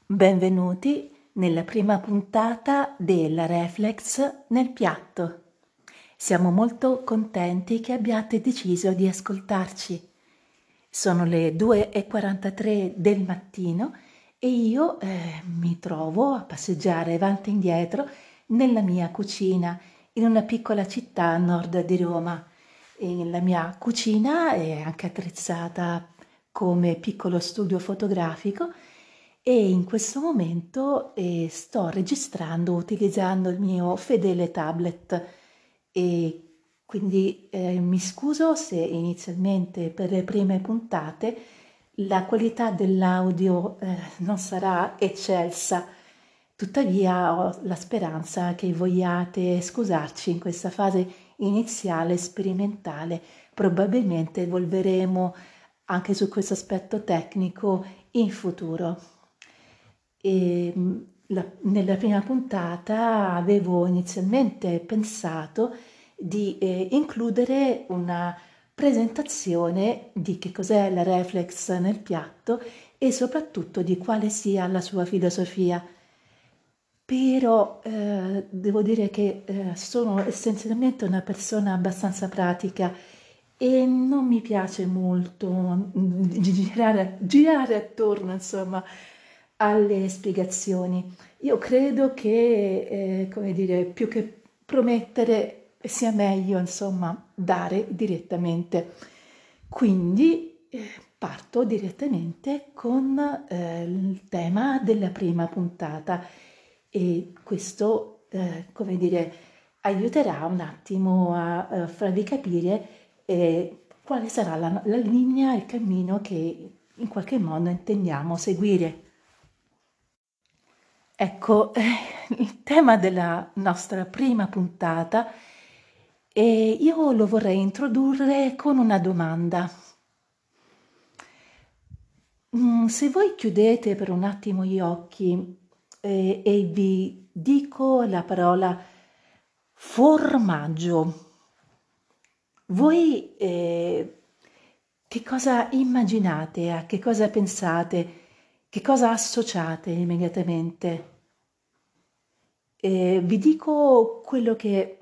Benvenuti nella prima puntata della Reflex nel piatto. Siamo molto contenti che abbiate deciso di ascoltarci. Sono le 2:43 del mattino e io mi trovo a passeggiare avanti e indietro nella mia cucina in una piccola città a nord di Roma. E la mia cucina è anche attrezzata come piccolo studio fotografico e in questo momento sto registrando utilizzando il mio fedele tablet e quindi mi scuso se inizialmente per le prime puntate la qualità dell'audio non sarà eccelsa, tuttavia ho la speranza che vogliate scusarci in questa fase iniziale sperimentale. Probabilmente evolveremo anche su questo aspetto tecnico in futuro. Nella prima puntata avevo inizialmente pensato di includere una presentazione di che cos'è la reflex nel piatto e soprattutto di quale sia la sua filosofia. Però devo dire che sono essenzialmente una persona abbastanza pratica e non mi piace molto girare attorno, insomma, alle spiegazioni. Io credo che, come dire, più che promettere sia meglio, insomma, dare direttamente. Quindi parto direttamente con il tema della prima puntata e questo, come dire, aiuterà un attimo a farvi capire quale sarà la linea, il cammino che in qualche modo intendiamo seguire. Ecco, il tema della nostra prima puntata io lo vorrei introdurre con una domanda. Se voi chiudete per un attimo gli occhi e vi dico la parola formaggio, voi che cosa immaginate, a che cosa pensate, che cosa associate immediatamente? Vi dico quello che,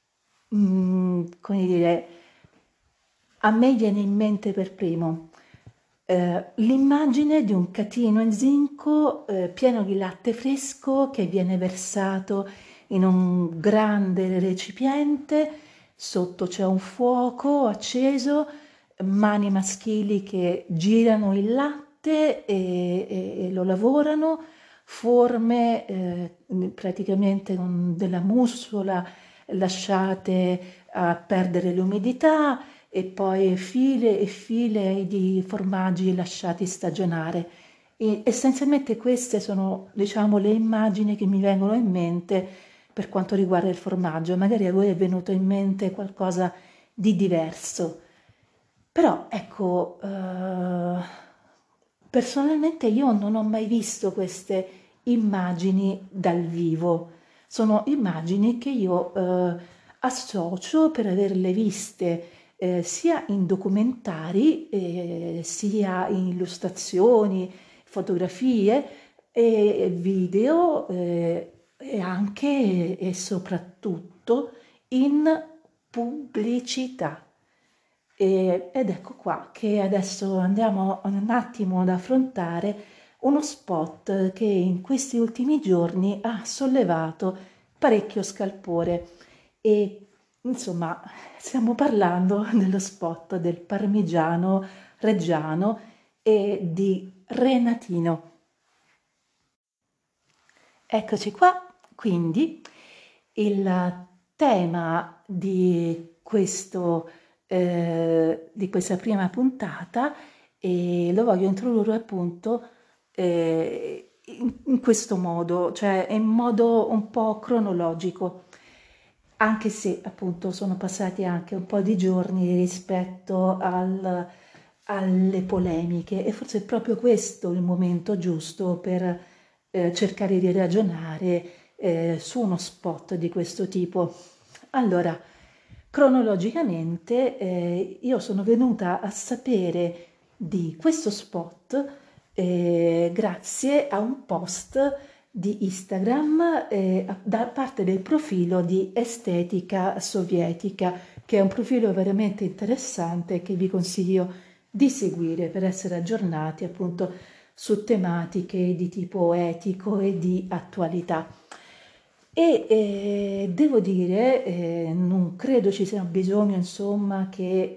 come dire, a me viene in mente per primo. L'immagine di un catino in zinco pieno di latte fresco che viene versato in un grande recipiente, sotto c'è un fuoco acceso, mani maschili che girano il latte e lo lavorano, forme praticamente della mussola lasciate a perdere l'umidità e poi file e file di formaggi lasciati stagionare. E essenzialmente queste sono, diciamo, le immagini che mi vengono in mente per quanto riguarda il formaggio. Magari a voi è venuto in mente qualcosa di diverso. Però ecco, personalmente io non ho mai visto queste immagini dal vivo. Sono immagini che io associo per averle viste sia in documentari, sia in illustrazioni, fotografie e video e anche e soprattutto in pubblicità. Ed ecco qua che adesso andiamo un attimo ad affrontare uno spot che in questi ultimi giorni ha sollevato parecchio scalpore e insomma stiamo parlando dello spot del parmigiano reggiano e di Renatino. Eccoci qua, quindi il tema di questa prima puntata lo voglio introdurre appunto in questo modo, cioè in modo un po' cronologico, anche se appunto sono passati anche un po' di giorni rispetto alle polemiche e forse è proprio questo il momento giusto per cercare di ragionare su uno spot di questo tipo. Allora, cronologicamente io sono venuta a sapere di questo spot grazie a un post di Instagram da parte del profilo di Estetica Sovietica, che è un profilo veramente interessante che vi consiglio di seguire per essere aggiornati appunto su tematiche di tipo etico e di attualità. E devo dire, non credo ci sia bisogno, insomma, che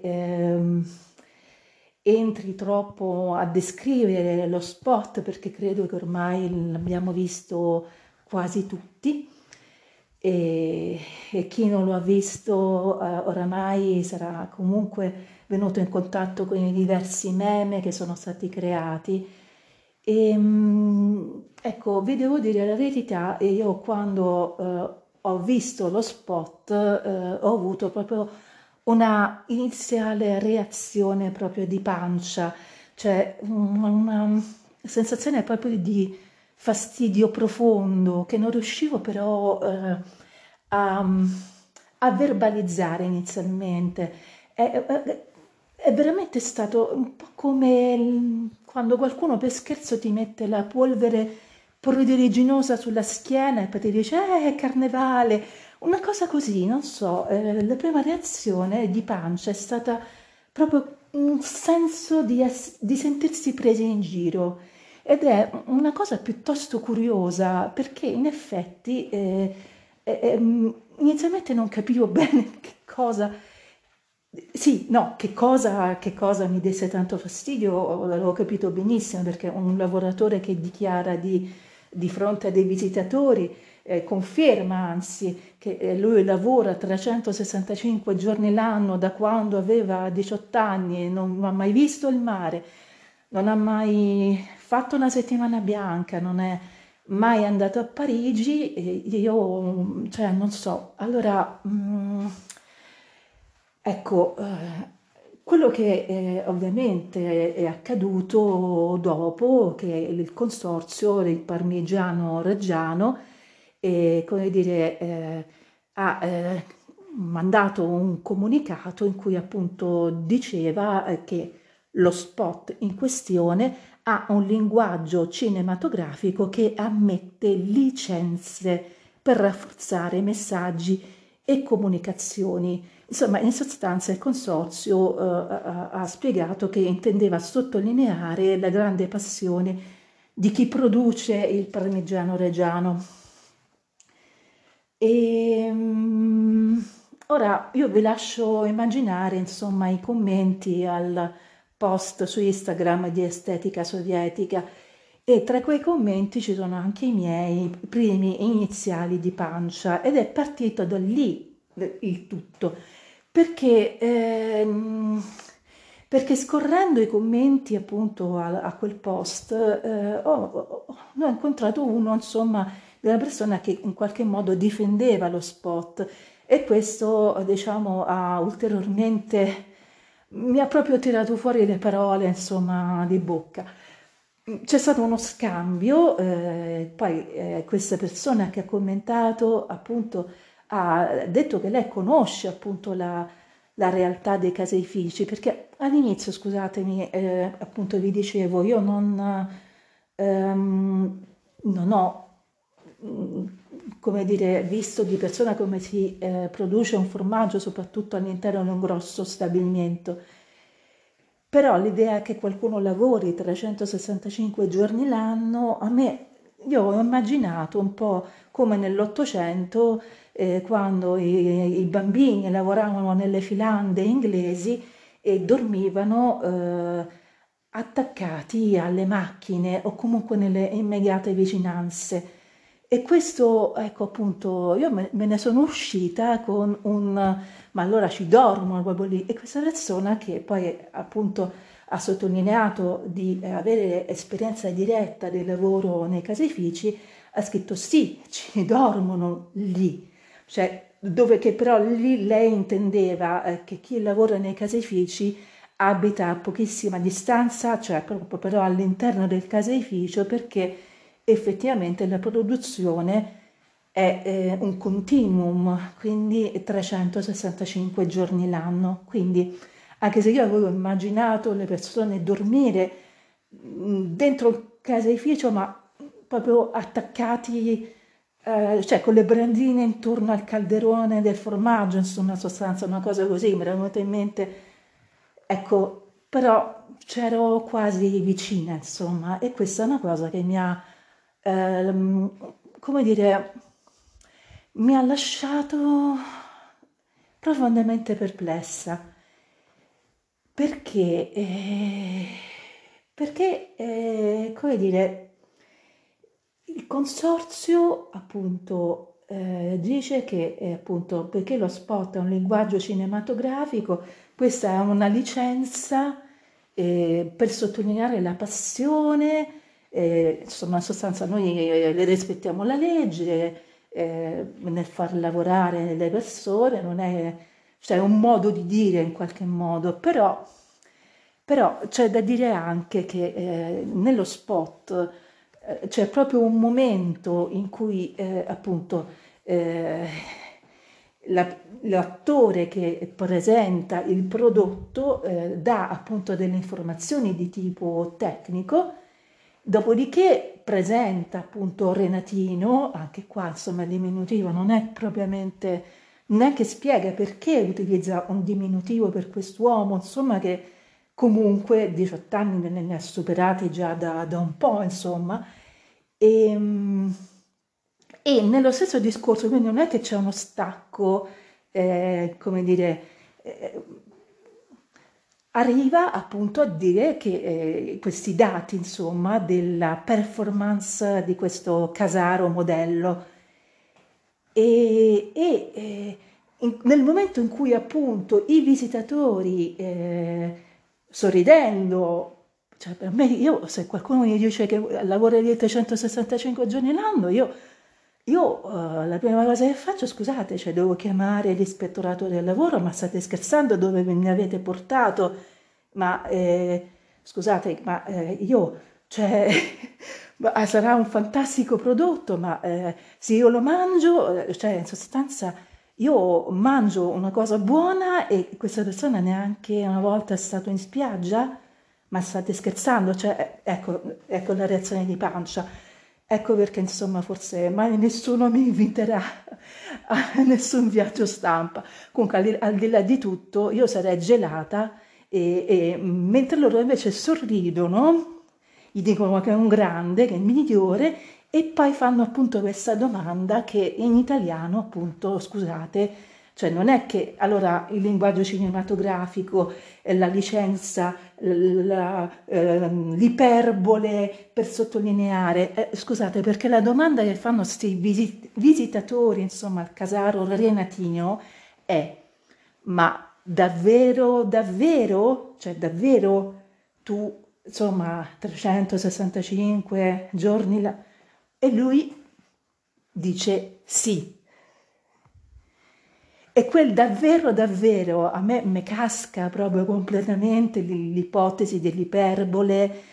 entri troppo a descrivere lo spot, perché credo che ormai l'abbiamo visto quasi tutti. E, e chi non lo ha visto oramai sarà comunque venuto in contatto con i diversi meme che sono stati creati. Ecco, vi devo dire la verità, e io quando ho visto lo spot ho avuto proprio una iniziale reazione proprio di pancia, cioè una sensazione proprio di fastidio profondo che non riuscivo però a, a verbalizzare inizialmente. È veramente stato un po' come quando qualcuno per scherzo ti mette la polvere pruridiginosa sulla schiena e poi ti dice è carnevale, una cosa così, non so, la prima reazione di pancia è stata proprio un senso di sentirsi presi in giro ed è una cosa piuttosto curiosa perché in effetti inizialmente non capivo bene che cosa sì, no, che cosa mi desse tanto fastidio, l'avevo capito benissimo, perché un lavoratore che dichiara di fronte a dei visitatori, conferma anzi che lui lavora 365 giorni l'anno da quando aveva 18 anni e non ha mai visto il mare, non ha mai fatto una settimana bianca, non è mai andato a Parigi, e io, cioè, non so, allora... ecco, quello che ovviamente è accaduto dopo che il consorzio del Parmigiano Reggiano, come dire, ha mandato un comunicato in cui appunto diceva che lo spot in questione ha un linguaggio cinematografico che ammette licenze per rafforzare messaggi e comunicazioni. Insomma, in sostanza il consorzio ha spiegato che intendeva sottolineare la grande passione di chi produce il Parmigiano Reggiano. E, ora io vi lascio immaginare, insomma, i commenti al post su Instagram di Estetica Sovietica e tra quei commenti ci sono anche i miei primi iniziali di pancia ed è partito da lì il tutto, perché, perché scorrendo i commenti appunto a quel post ho incontrato uno, insomma, della persona che in qualche modo difendeva lo spot e questo, diciamo, ha ulteriormente, mi ha proprio tirato fuori le parole, insomma, di bocca. C'è stato uno scambio, poi questa persona che ha commentato appunto ha detto che lei conosce appunto la realtà dei caseifici, perché all'inizio, scusatemi, appunto vi dicevo, io non ho come dire, visto di persona come si produce un formaggio, soprattutto all'interno di un grosso stabilimento. Però l'idea che qualcuno lavori 365 giorni l'anno, a me, io ho immaginato un po' come nell'Ottocento, quando i bambini lavoravano nelle filande inglesi e dormivano attaccati alle macchine o comunque nelle immediate vicinanze. E questo, ecco appunto, io me ne sono uscita con un, ma allora ci dormono proprio lì. E questa persona che poi appunto ha sottolineato di avere esperienza diretta del lavoro nei caseifici, ha scritto sì, ci dormono lì. Cioè, dove che però lì lei intendeva che chi lavora nei caseifici abita a pochissima distanza, cioè proprio però all'interno del caseificio, perché effettivamente la produzione è un continuum, quindi 365 giorni l'anno. Quindi, anche se io avevo immaginato le persone dormire dentro il caseificio, ma proprio attaccati, cioè con le brandine intorno al calderone del formaggio, insomma, in sostanza una cosa così, mi era venuta in mente, ecco, però c'ero quasi vicina, insomma, e questa è una cosa che mi ha, come dire, mi ha lasciato profondamente perplessa. Perché, come dire, il consorzio appunto dice che appunto perché lo spot è un linguaggio cinematografico, questa è una licenza per sottolineare la passione, insomma in sostanza noi le rispettiamo la legge nel far lavorare le persone, non è, cioè, è un modo di dire in qualche modo, però c'è da dire anche che nello spot c'è proprio un momento in cui appunto eh, l'attore che presenta il prodotto dà appunto delle informazioni di tipo tecnico, dopodiché presenta appunto Renatino, anche qua insomma il diminutivo non è propriamente, non è che spiega perché utilizza un diminutivo per quest'uomo, insomma che comunque 18 anni ne ha superati già da un po', insomma, e, e nello stesso discorso, quindi non è che c'è uno stacco, come dire, eh, arriva appunto a dire che questi dati, insomma, della performance di questo Casaro modello nel momento in cui appunto i visitatori sorridendo, cioè per me, io se qualcuno mi dice che lavora lì 365 giorni l'anno, io la prima cosa che faccio, scusate, cioè devo chiamare l'ispettorato del lavoro, ma state scherzando dove me ne avete portato? Ma scusate, ma io, cioè, sarà un fantastico prodotto, ma se io lo mangio, cioè in sostanza io mangio una cosa buona e questa persona neanche una volta è stato in spiaggia? Ma state scherzando? Cioè, ecco la reazione di pancia. Ecco perché, insomma, forse mai nessuno mi inviterà a nessun viaggio stampa. Comunque, al di là di tutto, io sarei gelata e mentre loro invece sorridono, gli dicono che è un grande, che è il migliore, e poi fanno appunto questa domanda che in italiano, appunto, scusate, cioè non è che allora il linguaggio cinematografico, la licenza, l'iperbole per sottolineare, scusate, perché la domanda che fanno questi visitatori, insomma, al Casaro Renatino è: ma davvero, davvero? Cioè davvero tu, insomma, 365 giorni là? E lui dice sì. E quel davvero, davvero, a me casca proprio completamente l'ipotesi dell'iperbole,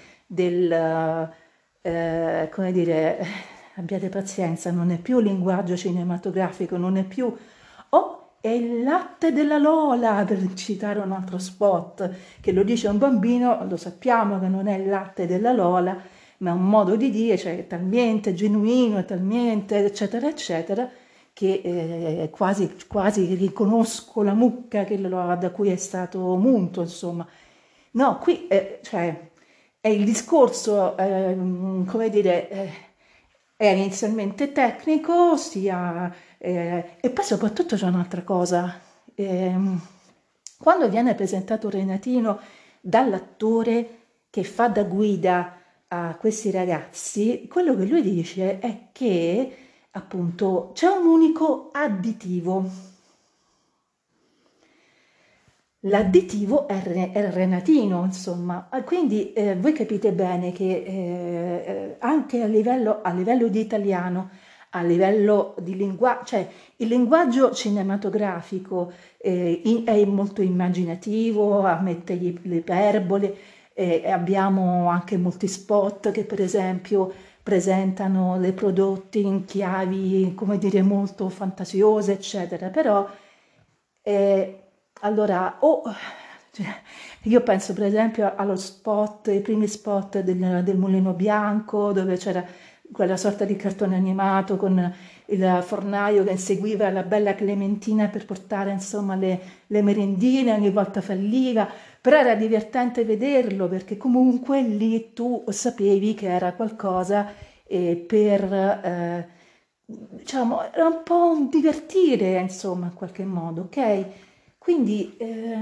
come dire, abbiate pazienza, non è più linguaggio cinematografico, non è più... Oh, è il latte della Lola, per citare un altro spot, che lo dice un bambino, lo sappiamo che non è il latte della Lola, ma è un modo di dire, cioè è talmente genuino, è talmente, eccetera, eccetera, che quasi, quasi riconosco la mucca da cui è stato munto, insomma. No, qui cioè, è il discorso, come dire, è inizialmente tecnico, e poi soprattutto c'è un'altra cosa. Ehm, Quando viene presentato Renatino dall'attore che fa da guida a questi ragazzi, quello che lui dice è che appunto c'è un unico additivo. L'additivo è il renatino, insomma. Quindi voi capite bene che anche a livello di italiano, a livello di linguaggio, cioè il linguaggio cinematografico è molto immaginativo, ammette le iperbole, abbiamo anche molti spot che per esempio presentano dei prodotti in chiavi, come dire, molto fantasiose, eccetera, però allora o Cioè, io penso per esempio allo spot, ai primi spot del Mulino Bianco, dove c'era quella sorta di cartone animato con il fornaio che inseguiva la bella Clementina per portare insomma le merendine, ogni volta falliva, però era divertente vederlo perché comunque lì tu sapevi che era qualcosa diciamo, era un po' un divertire insomma in qualche modo, ok? Quindi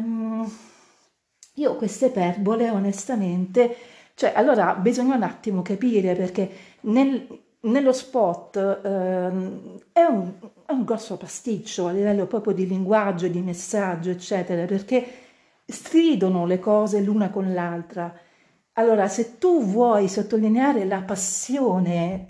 io queste iperbole onestamente, cioè allora bisogna un attimo capire perché nello spot è un grosso pasticcio a livello proprio di linguaggio, di messaggio, eccetera, perché stridono le cose l'una con l'altra. Allora, se tu vuoi sottolineare la passione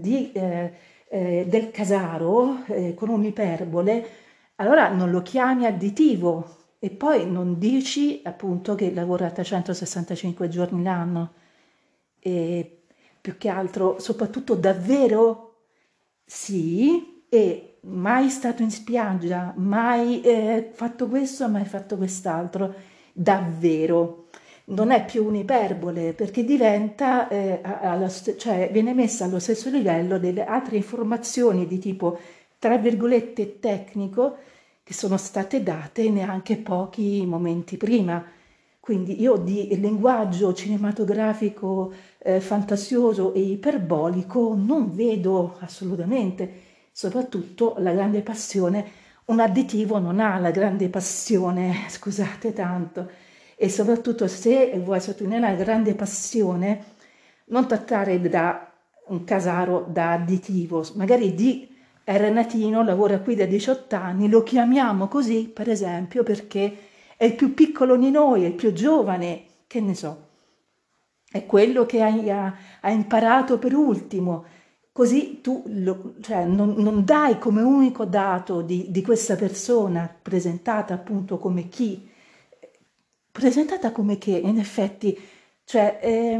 del casaro con un'iperbole, allora non lo chiami additivo e poi non dici appunto che lavora 365 giorni l'anno e più che altro, soprattutto davvero sì, e mai stato in spiaggia, mai fatto questo, mai fatto quest'altro, davvero. Non è più un'iperbole perché diventa, cioè viene messa allo stesso livello delle altre informazioni di tipo, tra virgolette, tecnico, che sono state date neanche pochi momenti prima. Quindi io di linguaggio cinematografico fantasioso e iperbolico non vedo assolutamente, soprattutto la grande passione, un additivo non ha la grande passione, scusate tanto, e soprattutto se vuoi sottolineare la grande passione, non trattare da un casaro da additivo, magari di è Renatino, lavora qui da 18 anni, lo chiamiamo così per esempio perché è il più piccolo di noi, è il più giovane, che ne so, è quello che ha imparato per ultimo, così tu cioè, non dai come unico dato di questa persona presentata appunto come chi, presentata come che in effetti, cioè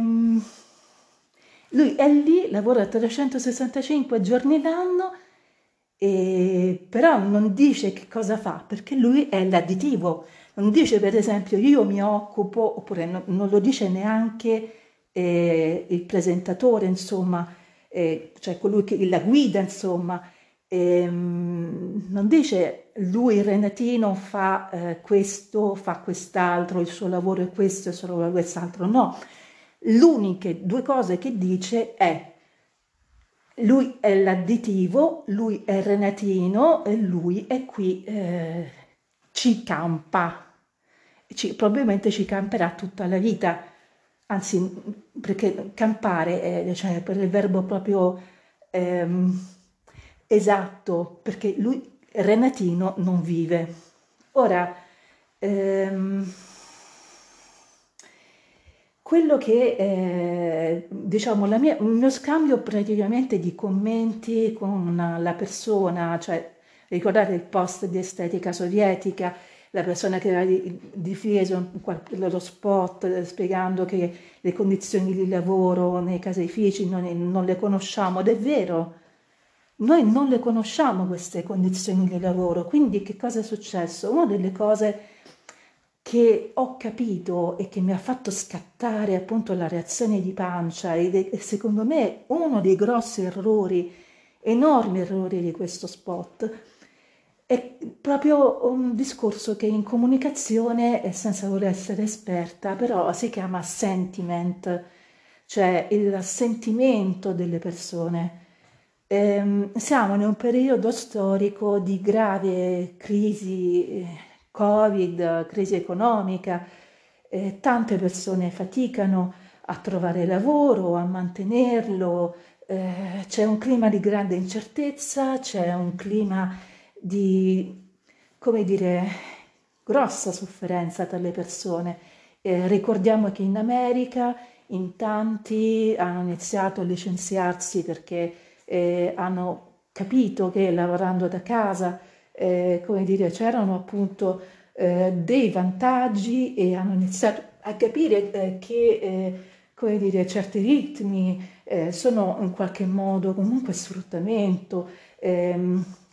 lui è lì, lavora 365 giorni l'anno, però non dice che cosa fa, perché lui è l'additivo. Non dice per esempio io mi occupo, oppure non lo dice neanche il presentatore, insomma, cioè colui che la guida, insomma. Non dice lui il Renatino fa questo, fa quest'altro, il suo lavoro è questo, il suo lavoro è quest'altro, no. L'uniche due cose che dice è lui è l'additivo, lui è Renatino e lui è qui, ci campa, probabilmente ci camperà tutta la vita, anzi perché campare è cioè, per il verbo proprio ehm, esatto, perché lui Renatino non vive. Ora, ehm, quello che diciamo, il mio scambio praticamente di commenti con la persona, cioè ricordate il post di estetica sovietica, la persona che aveva difeso lo spot spiegando che le condizioni di lavoro nei caseifici non le conosciamo, ed è vero, noi non le conosciamo queste condizioni di lavoro, quindi che cosa è successo? Una delle cose che ho capito e che mi ha fatto scattare appunto la reazione di pancia ed è secondo me uno dei grossi errori, enormi errori di questo spot, è proprio un discorso che in comunicazione, senza voler essere esperta, però si chiama sentiment, cioè il sentimento delle persone. Siamo in un periodo storico di grave crisi, Covid, crisi economica, tante persone faticano a trovare lavoro, a mantenerlo, c'è un clima di grande incertezza, c'è un clima di, come dire, grossa sofferenza tra le persone. Ricordiamo che in America in tanti hanno iniziato a licenziarsi perché hanno capito che lavorando da casa, come dire, c'erano appunto dei vantaggi e hanno iniziato a capire che, come dire, certi ritmi sono in qualche modo comunque sfruttamento. ehm,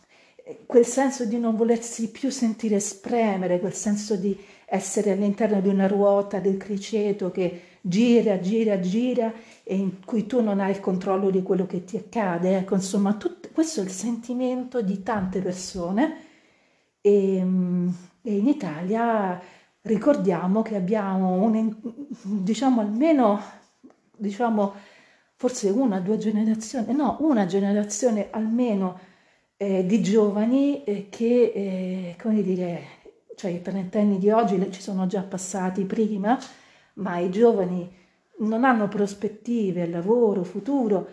quel senso di non volersi più sentire spremere, quel senso di essere all'interno di una ruota del criceto che gira, gira, gira e in cui tu non hai il controllo di quello che ti accade. Ecco, insomma, questo è il sentimento di tante persone e in Italia ricordiamo che abbiamo diciamo almeno, diciamo forse una, due generazioni, no, una generazione almeno di giovani che, come dire, cioè i trentenni di oggi ci sono già passati prima, ma i giovani non hanno prospettive, lavoro, futuro,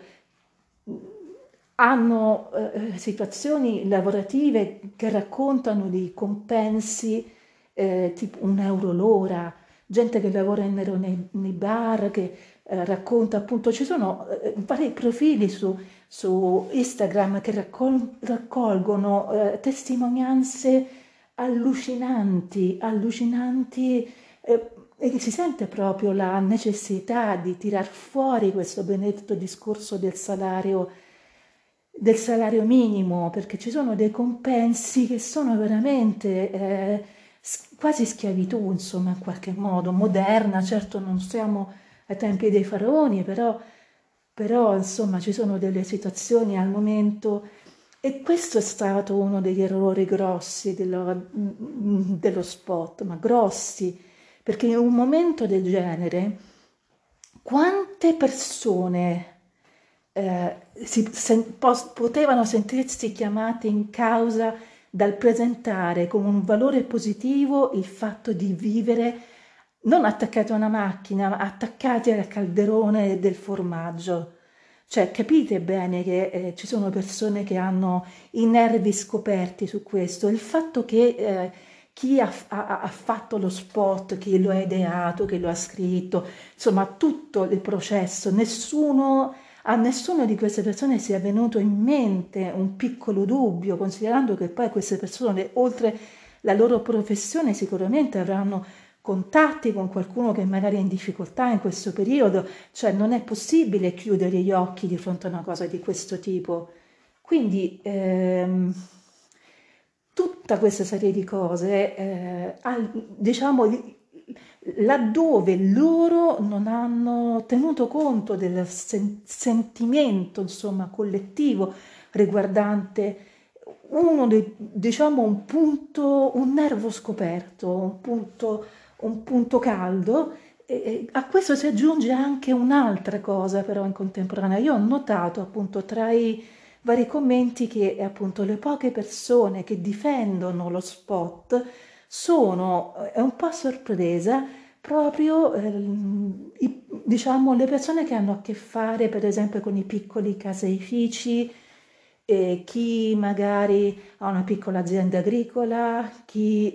hanno situazioni lavorative che raccontano di compensi tipo 1 euro l'ora, gente che lavora in nero nei bar, che racconta appunto, ci sono vari profili su Instagram che raccolgono testimonianze allucinanti, allucinanti, e si sente proprio la necessità di tirar fuori questo benedetto discorso del salario minimo, perché ci sono dei compensi che sono veramente quasi schiavitù, insomma, in qualche modo, moderna. Certo non siamo ai tempi dei faraoni, però insomma ci sono delle situazioni al momento e questo è stato uno degli errori grossi dello spot, ma grossi, perché in un momento del genere quante persone potevano sentirsi chiamate in causa dal presentare come un valore positivo il fatto di vivere non attaccati a una macchina, ma attaccati al calderone del formaggio. Cioè, capite bene che ci sono persone che hanno i nervi scoperti su questo. Il fatto che chi ha fatto lo spot, chi lo ha ideato, chi lo ha scritto, insomma, tutto il processo, a nessuno di queste persone sia venuto in mente un piccolo dubbio, considerando che poi queste persone, oltre la loro professione, sicuramente avranno contatti con qualcuno che magari è in difficoltà in questo periodo, cioè non è possibile chiudere gli occhi di fronte a una cosa di questo tipo. Quindi tutta questa serie di cose, diciamo, laddove loro non hanno tenuto conto del sentimento, insomma, collettivo riguardante diciamo, un punto, un nervo scoperto, un punto caldo, e a questo si aggiunge anche un'altra cosa però in contemporanea. Io ho notato appunto tra i vari commenti che appunto le poche persone che difendono lo spot sono un po' sorpresa proprio diciamo le persone che hanno a che fare per esempio con i piccoli caseifici, chi magari ha una piccola azienda agricola, chi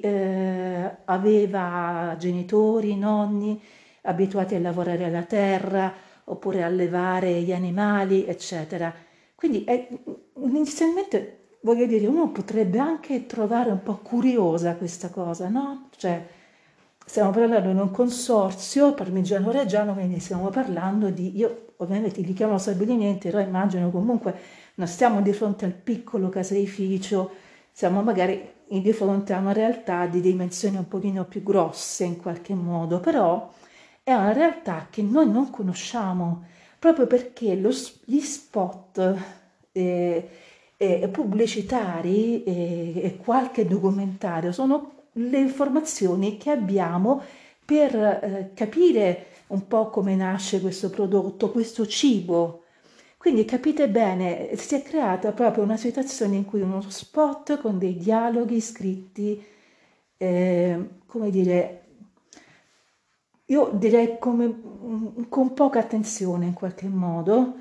aveva genitori, nonni abituati a lavorare alla terra oppure a allevare gli animali, eccetera. Quindi inizialmente voglio dire, uno potrebbe anche trovare un po' curiosa questa cosa, no? Cioè, stiamo parlando di un consorzio parmigiano-reggiano, quindi stiamo parlando io ovviamente li chiamo stabilimenti, però immagino comunque non stiamo di fronte al piccolo caseificio, siamo magari di fronte a una realtà di dimensioni un pochino più grosse in qualche modo, però è una realtà che noi non conosciamo, proprio perché gli spot pubblicitari e qualche documentario sono le informazioni che abbiamo per capire un po' come nasce questo prodotto, questo cibo. Quindi capite bene, si è creata proprio una situazione in cui uno spot con dei dialoghi scritti, come dire, io direi con poca attenzione in qualche modo,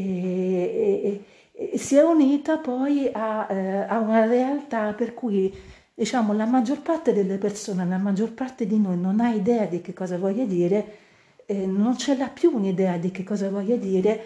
e si è unita poi a una realtà per cui, diciamo, la maggior parte delle persone, la maggior parte di noi non ha idea di che cosa voglia dire, non ce l'ha più un'idea di che cosa voglia dire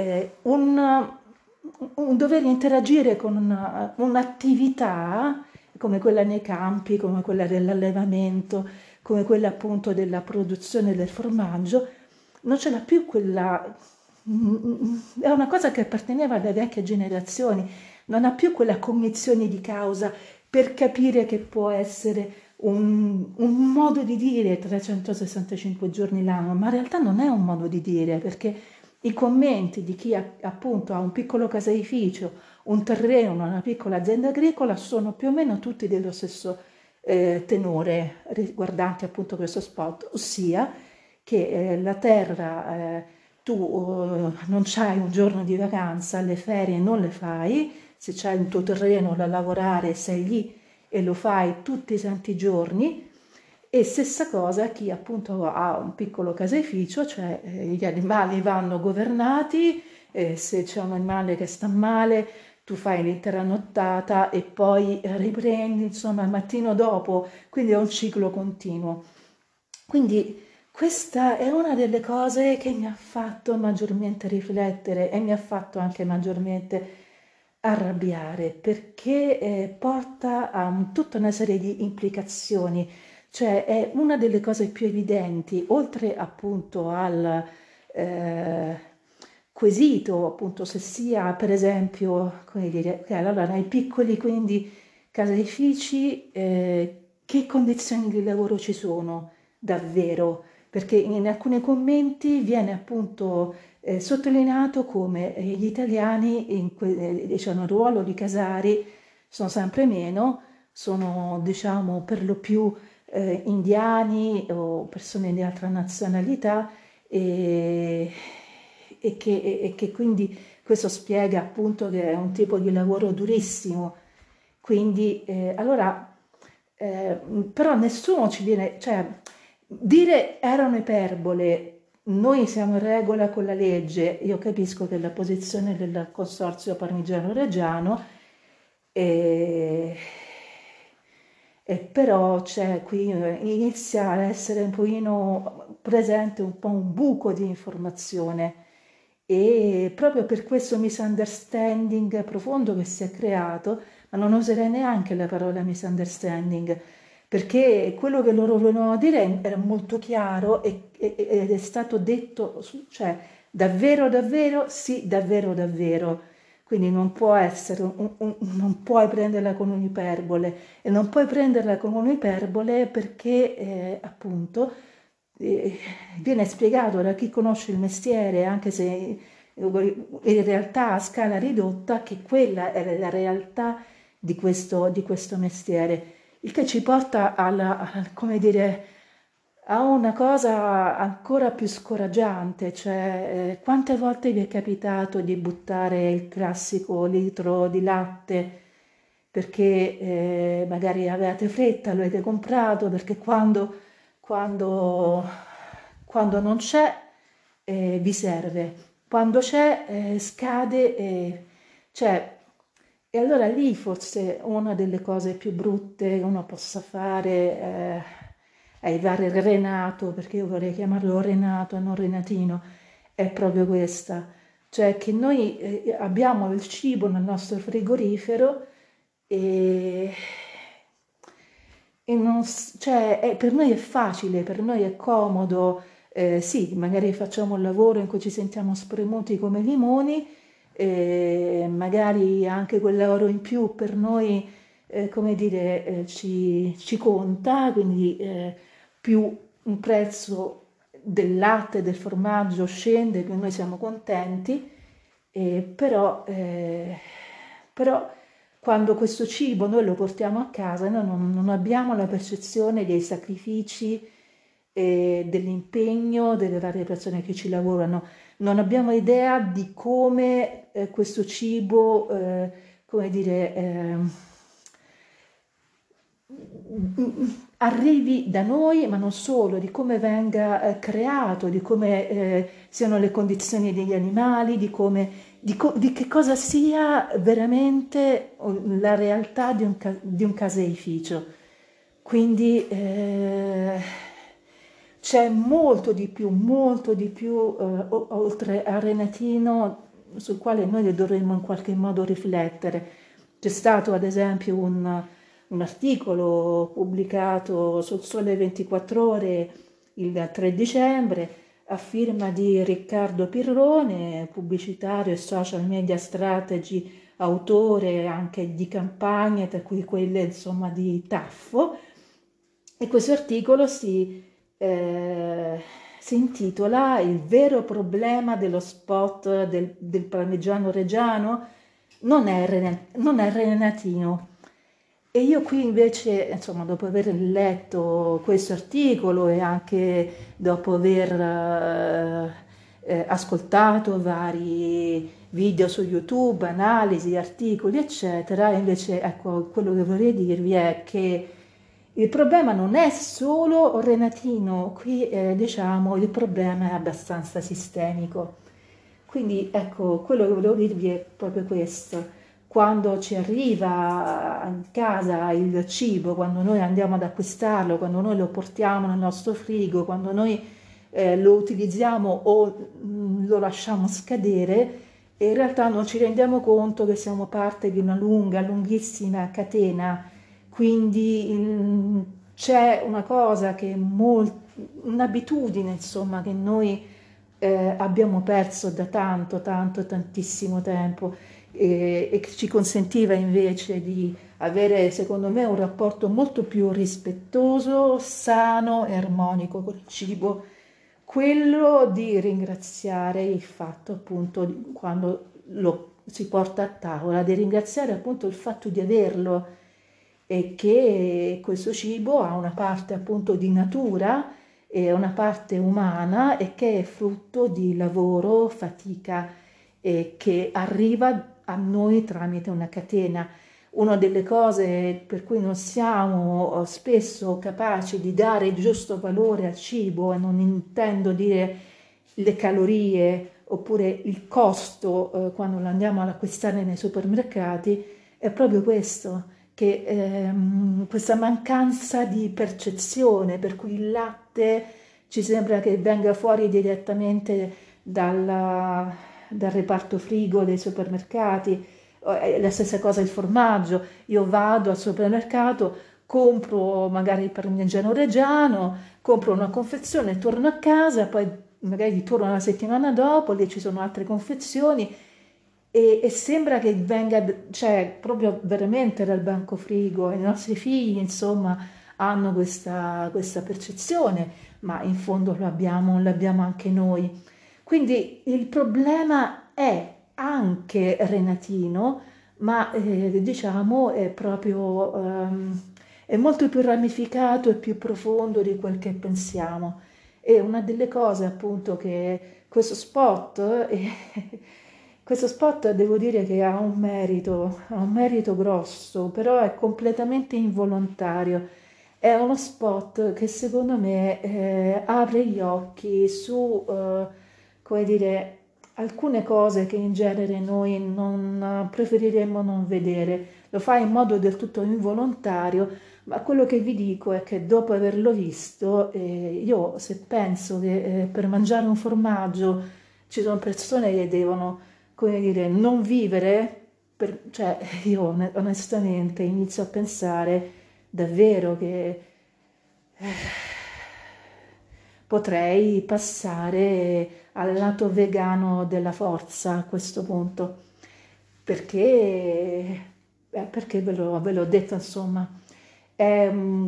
un dover interagire con un'attività come quella nei campi, come quella dell'allevamento, come quella appunto della produzione del formaggio, non ce l'ha più quella. È una cosa che apparteneva alle vecchie generazioni, non ha più quella cognizione di causa per capire che può essere un modo di dire 365 giorni l'anno, ma in realtà non è un modo di dire, perché i commenti di chi appunto ha un piccolo caseificio, un terreno, una piccola azienda agricola sono più o meno tutti dello stesso tenore riguardanti appunto questo spot, ossia che la terra tu non c'hai un giorno di vacanza, le ferie non le fai, se c'hai il tuo terreno da lavorare sei lì e lo fai tutti i santi giorni. E stessa cosa chi appunto ha un piccolo caseificio, cioè gli animali vanno governati, se c'è un animale che sta male tu fai l'intera nottata e poi riprendi insomma il mattino dopo, quindi è un ciclo continuo. Quindi questa è una delle cose che mi ha fatto maggiormente riflettere e mi ha fatto anche maggiormente arrabbiare perché porta a tutta una serie di implicazioni, cioè è una delle cose più evidenti, oltre appunto al eh, quesito, appunto se sia per esempio, come dire, che allora nei piccoli quindi caseifici, che condizioni di lavoro ci sono davvero? Perché in alcuni commenti viene appunto sottolineato come gli italiani diciamo, il ruolo di casari sono sempre meno, sono diciamo per lo più indiani o persone di altra nazionalità e, e che quindi questo spiega appunto che è un tipo di lavoro durissimo. Quindi allora però nessuno ci viene, cioè dire erano iperbole, noi siamo in regola con la legge, io capisco che la posizione del consorzio Parmigiano Reggiano e, e però c'è qui, inizia a essere un pochino presente un po' un buco di informazione e proprio per questo misunderstanding profondo che si è creato, ma non userei neanche la parola misunderstanding, perché quello che loro volevano dire era molto chiaro ed è stato detto, cioè davvero davvero, sì, davvero davvero. Quindi non può essere, non puoi prenderla con un'iperbole e non puoi prenderla con un'iperbole perché appunto eh, viene spiegato da chi conosce il mestiere, anche se in realtà a scala ridotta, che quella è la realtà di questo mestiere, il che ci porta come dire, a una cosa ancora più scoraggiante, cioè quante volte vi è capitato di buttare il classico litro di latte perché magari avevate fretta, lo avete comprato perché quando, quando non c'è vi serve, quando c'è scade, cioè, e allora lì forse una delle cose più brutte che uno possa fare ai vari Renato, perché io vorrei chiamarlo Renato e non Renatino, è proprio questa, cioè che noi abbiamo il cibo nel nostro frigorifero e, cioè, per noi è facile, per noi è comodo, sì, magari facciamo un lavoro in cui ci sentiamo spremuti come limoni, magari anche quell'euro in più per noi, come dire, ci conta, quindi più un prezzo del latte, e del formaggio scende, più noi siamo contenti, però quando questo cibo noi lo portiamo a casa, noi non abbiamo la percezione dei sacrifici, dell'impegno delle varie persone che ci lavorano, non abbiamo idea di come questo cibo, come dire, arrivi da noi, ma non solo, di come venga creato, di come siano le condizioni degli animali, di che cosa sia veramente la realtà di un caseificio. Quindi c'è molto di più, oltre a Renatino, sul quale noi dovremmo in qualche modo riflettere. C'è stato ad esempio un articolo pubblicato sul Sole 24 Ore il 3 dicembre a firma di Riccardo Pirrone, pubblicitario e social media strategy autore anche di campagne, tra cui quelle insomma di Taffo, e questo articolo si intitola Il vero problema dello spot del parmigiano reggiano non è renatino. E io qui invece, insomma, dopo aver letto questo articolo e anche dopo aver ascoltato vari video su YouTube, analisi, articoli, eccetera, invece, ecco, quello che vorrei dirvi è che il problema non è solo renatino, qui diciamo il problema è abbastanza sistemico. Quindi ecco, quello che volevo dirvi è proprio questo. Quando ci arriva in casa il cibo, quando noi andiamo ad acquistarlo, quando noi lo portiamo nel nostro frigo, quando noi lo utilizziamo o lo lasciamo scadere, e in realtà non ci rendiamo conto che siamo parte di una lunga, lunghissima catena. Quindi c'è una cosa che un'abitudine, insomma, che noi abbiamo perso da tantissimo tempo e che ci consentiva invece di avere, secondo me, un rapporto molto più rispettoso, sano e armonico col cibo, quello di ringraziare il fatto appunto quando lo si porta a tavola, di ringraziare appunto il fatto di averlo e che questo cibo ha una parte appunto di natura e una parte umana e che è frutto di lavoro, fatica e che arriva a noi tramite una catena. Una delle cose per cui non siamo spesso capaci di dare il giusto valore al cibo, e non intendo dire le calorie oppure il costo quando lo andiamo ad acquistare nei supermercati, è proprio questo, che questa mancanza di percezione, per cui il latte ci sembra che venga fuori direttamente dal reparto frigo dei supermercati. La stessa cosa il formaggio. Io vado al supermercato, compro magari il parmigiano reggiano, compro una confezione, torno a casa, poi magari ritorno una settimana dopo, lì ci sono altre confezioni e sembra che venga, cioè, proprio veramente dal banco frigo. I nostri figli, insomma, hanno questa percezione, ma in fondo l'abbiamo anche noi. Quindi il problema è anche renatino, ma diciamo è proprio è molto più ramificato e più profondo di quel che pensiamo. E una delle cose appunto che questo spot devo dire che ha un merito grosso, però è completamente involontario. È uno spot che secondo me apre gli occhi su, come dire, alcune cose che in genere noi non preferiremmo non vedere. Lo fa in modo del tutto involontario, ma quello che vi dico è che dopo averlo visto, io se penso che per mangiare un formaggio ci sono persone che devono, come dire, non vivere, cioè io onestamente inizio a pensare davvero che potrei passare al lato vegano della forza a questo punto, perché, perché ve l'ho detto, insomma, è,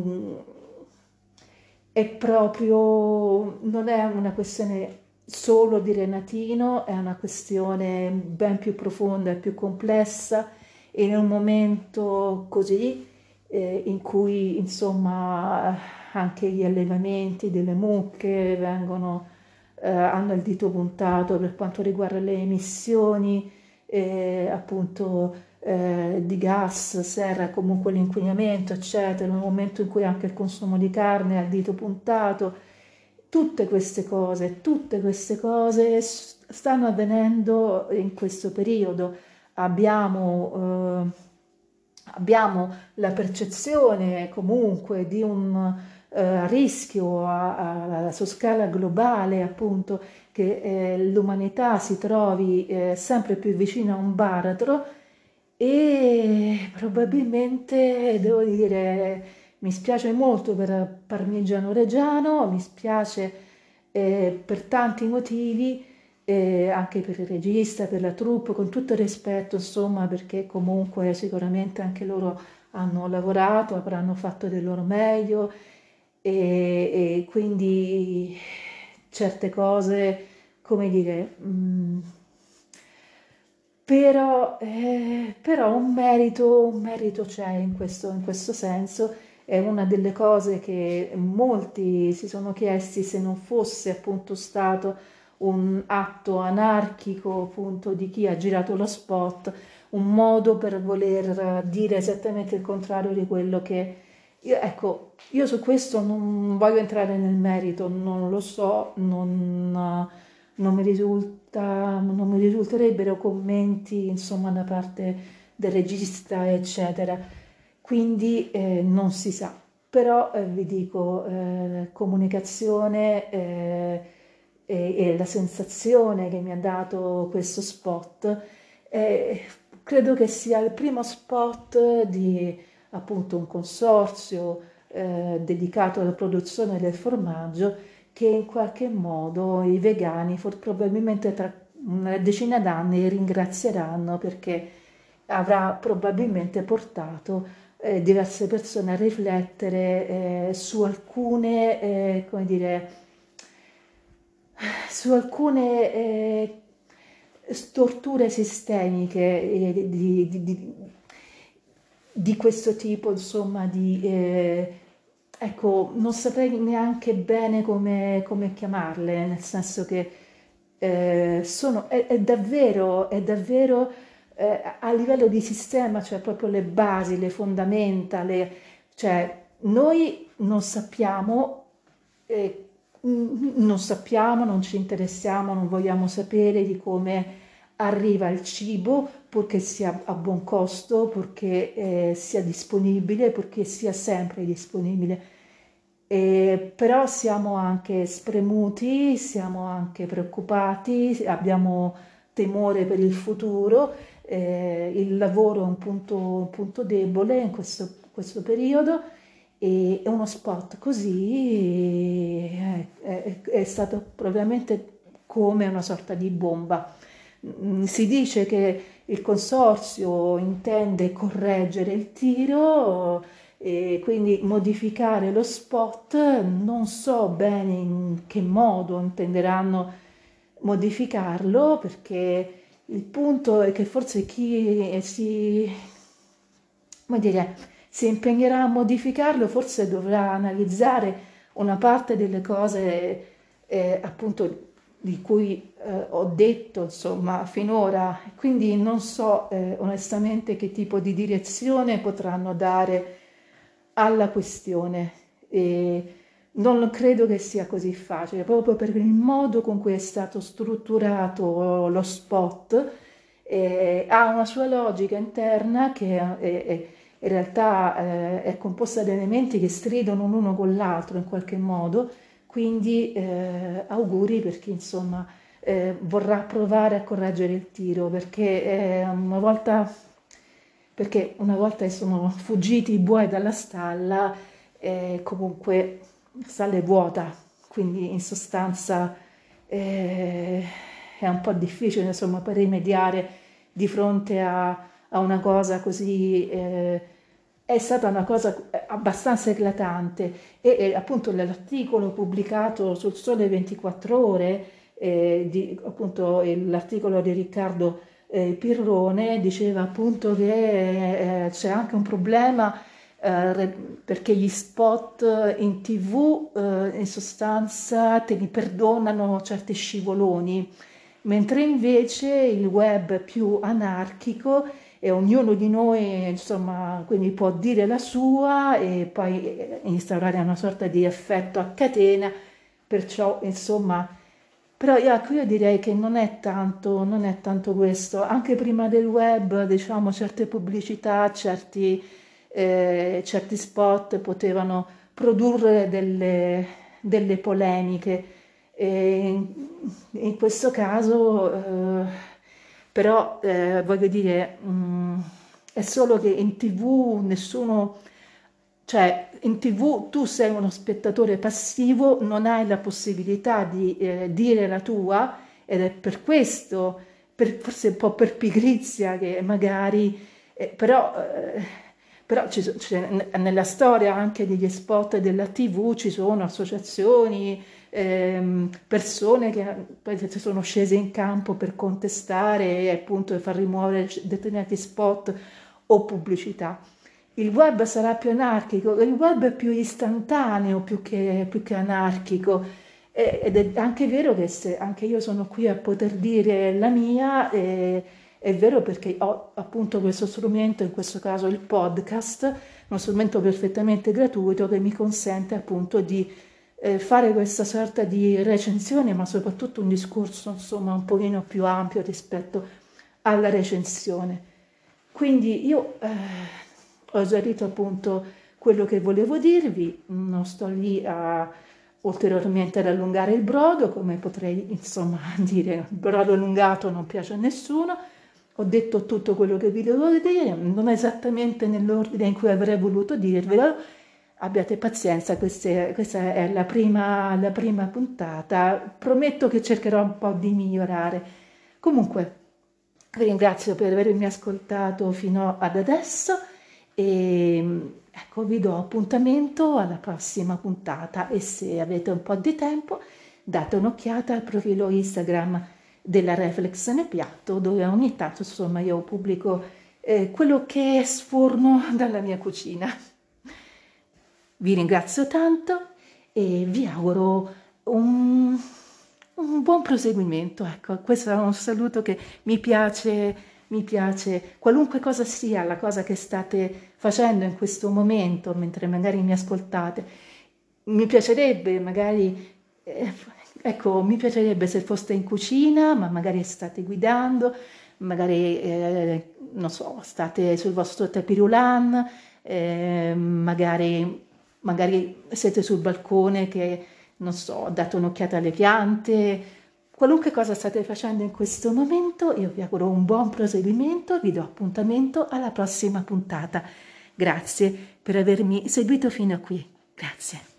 è proprio, non è una questione solo di Renatino, è una questione ben più profonda e più complessa, e in un momento così in cui insomma anche gli allevamenti delle mucche hanno il dito puntato per quanto riguarda le emissioni appunto di gas, serra, comunque l'inquinamento, eccetera, in un momento in cui anche il consumo di carne ha il dito puntato. Tutte queste cose stanno avvenendo in questo periodo. Abbiamo la percezione comunque di un rischio su scala globale, appunto, che l'umanità si trovi sempre più vicina a un baratro e probabilmente, devo dire, mi spiace molto per Parmigiano Reggiano, mi spiace per tanti motivi, e anche per il regista, per la troupe, con tutto il rispetto, insomma, perché comunque sicuramente anche loro hanno lavorato, avranno fatto del loro meglio e quindi certe cose, come dire, però un merito c'è in questo senso. È una delle cose che molti si sono chiesti se non fosse appunto stato un atto anarchico appunto di chi ha girato lo spot, un modo per voler dire esattamente il contrario di quello che... ecco, io su questo non voglio entrare nel merito, non lo so, non mi risulterebbero commenti, insomma, da parte del regista, eccetera. Quindi non si sa. Però vi dico, comunicazione e la sensazione che mi ha dato questo spot, credo che sia il primo spot di appunto un consorzio dedicato alla produzione del formaggio che in qualche modo i vegani probabilmente tra una decina d'anni ringrazieranno perché avrà probabilmente portato diverse persone a riflettere su alcune, come dire, su alcune storture sistemiche di questo tipo, insomma, ecco, non saprei neanche bene come chiamarle, nel senso che è davvero a livello di sistema, cioè proprio le basi, le fondamenta, cioè noi non sappiamo, non sappiamo, non ci interessiamo, non vogliamo sapere di come arriva il cibo, purché sia a buon costo, purché sia disponibile, purché sia sempre disponibile. Però siamo anche spremuti, siamo anche preoccupati, abbiamo temore per il futuro, il lavoro è un punto debole in questo periodo e uno spot così è stato probabilmente come una sorta di bomba. Si dice che il consorzio intende correggere il tiro e quindi modificare lo spot, non so bene in che modo intenderanno modificarlo perché il punto è che forse chi come dire, si impegnerà a modificarlo forse dovrà analizzare una parte delle cose appunto di cui ho detto insomma finora, quindi non so onestamente che tipo di direzione potranno dare alla questione e non credo che sia così facile, proprio per il modo con cui è stato strutturato lo spot, ha una sua logica interna che in realtà è composta da elementi che stridono l'uno con l'altro in qualche modo, quindi auguri per chi insomma vorrà provare a correggere il tiro, perché una volta che sono fuggiti i buoi dalla stalla, comunque la stalla è vuota, quindi in sostanza eh, è un po' difficile insomma per rimediare di fronte a una cosa così. È stata una cosa abbastanza eclatante e appunto l'articolo pubblicato sul Sole 24 Ore, appunto l'articolo di Riccardo Pirrone diceva appunto che c'è anche un problema perché gli spot in TV in sostanza te li perdonano certi scivoloni, mentre invece il web più anarchico e ognuno di noi insomma quindi può dire la sua e poi instaurare una sorta di effetto a catena, perciò insomma però ecco, io direi che non è tanto questo, anche prima del web, diciamo, certe pubblicità, certi spot potevano produrre delle polemiche. E in questo caso, però, voglio dire, è solo che in TV nessuno cioè, in TV tu sei uno spettatore passivo, non hai la possibilità di dire la tua ed è per questo, forse un po' per pigrizia, che magari, però nella storia anche degli spot della TV ci sono associazioni, persone che poi si sono scese in campo per contestare e appunto far rimuovere determinati spot o pubblicità. Il web sarà più anarchico, il web è più istantaneo più che anarchico. Ed è anche vero che se anche io sono qui a poter dire la mia, è vero perché ho appunto questo strumento, in questo caso il podcast, uno strumento perfettamente gratuito che mi consente appunto di fare questa sorta di recensione, ma soprattutto un discorso insomma un pochino più ampio rispetto alla recensione. Quindi io ho esaurito appunto quello che volevo dirvi, non sto lì a ulteriormente ad allungare il brodo, come potrei insomma dire, il brodo allungato non piace a nessuno. Ho detto tutto quello che vi devo dire, non esattamente nell'ordine in cui avrei voluto dirvelo. Abbiate pazienza, questa è la prima puntata. Prometto che cercherò un po' di migliorare. Comunque, vi ringrazio per avermi ascoltato fino ad adesso e ecco, vi do appuntamento alla prossima puntata e se avete un po' di tempo date un'occhiata al profilo Instagram della Reflex nel piatto, dove ogni tanto insomma io pubblico quello che sforno dalla mia cucina. Vi ringrazio tanto e vi auguro un buon proseguimento. Ecco, questo è un saluto che mi piace, qualunque cosa sia la cosa che state facendo in questo momento, mentre magari mi ascoltate. Mi piacerebbe magari, ecco, mi piacerebbe se foste in cucina, ma magari state guidando, magari, non so, state sul vostro tapis roulant, magari siete sul balcone che, non so, date un'occhiata alle piante, qualunque cosa state facendo in questo momento, io vi auguro un buon proseguimento, vi do appuntamento alla prossima puntata. Grazie per avermi seguito fino a qui. Grazie.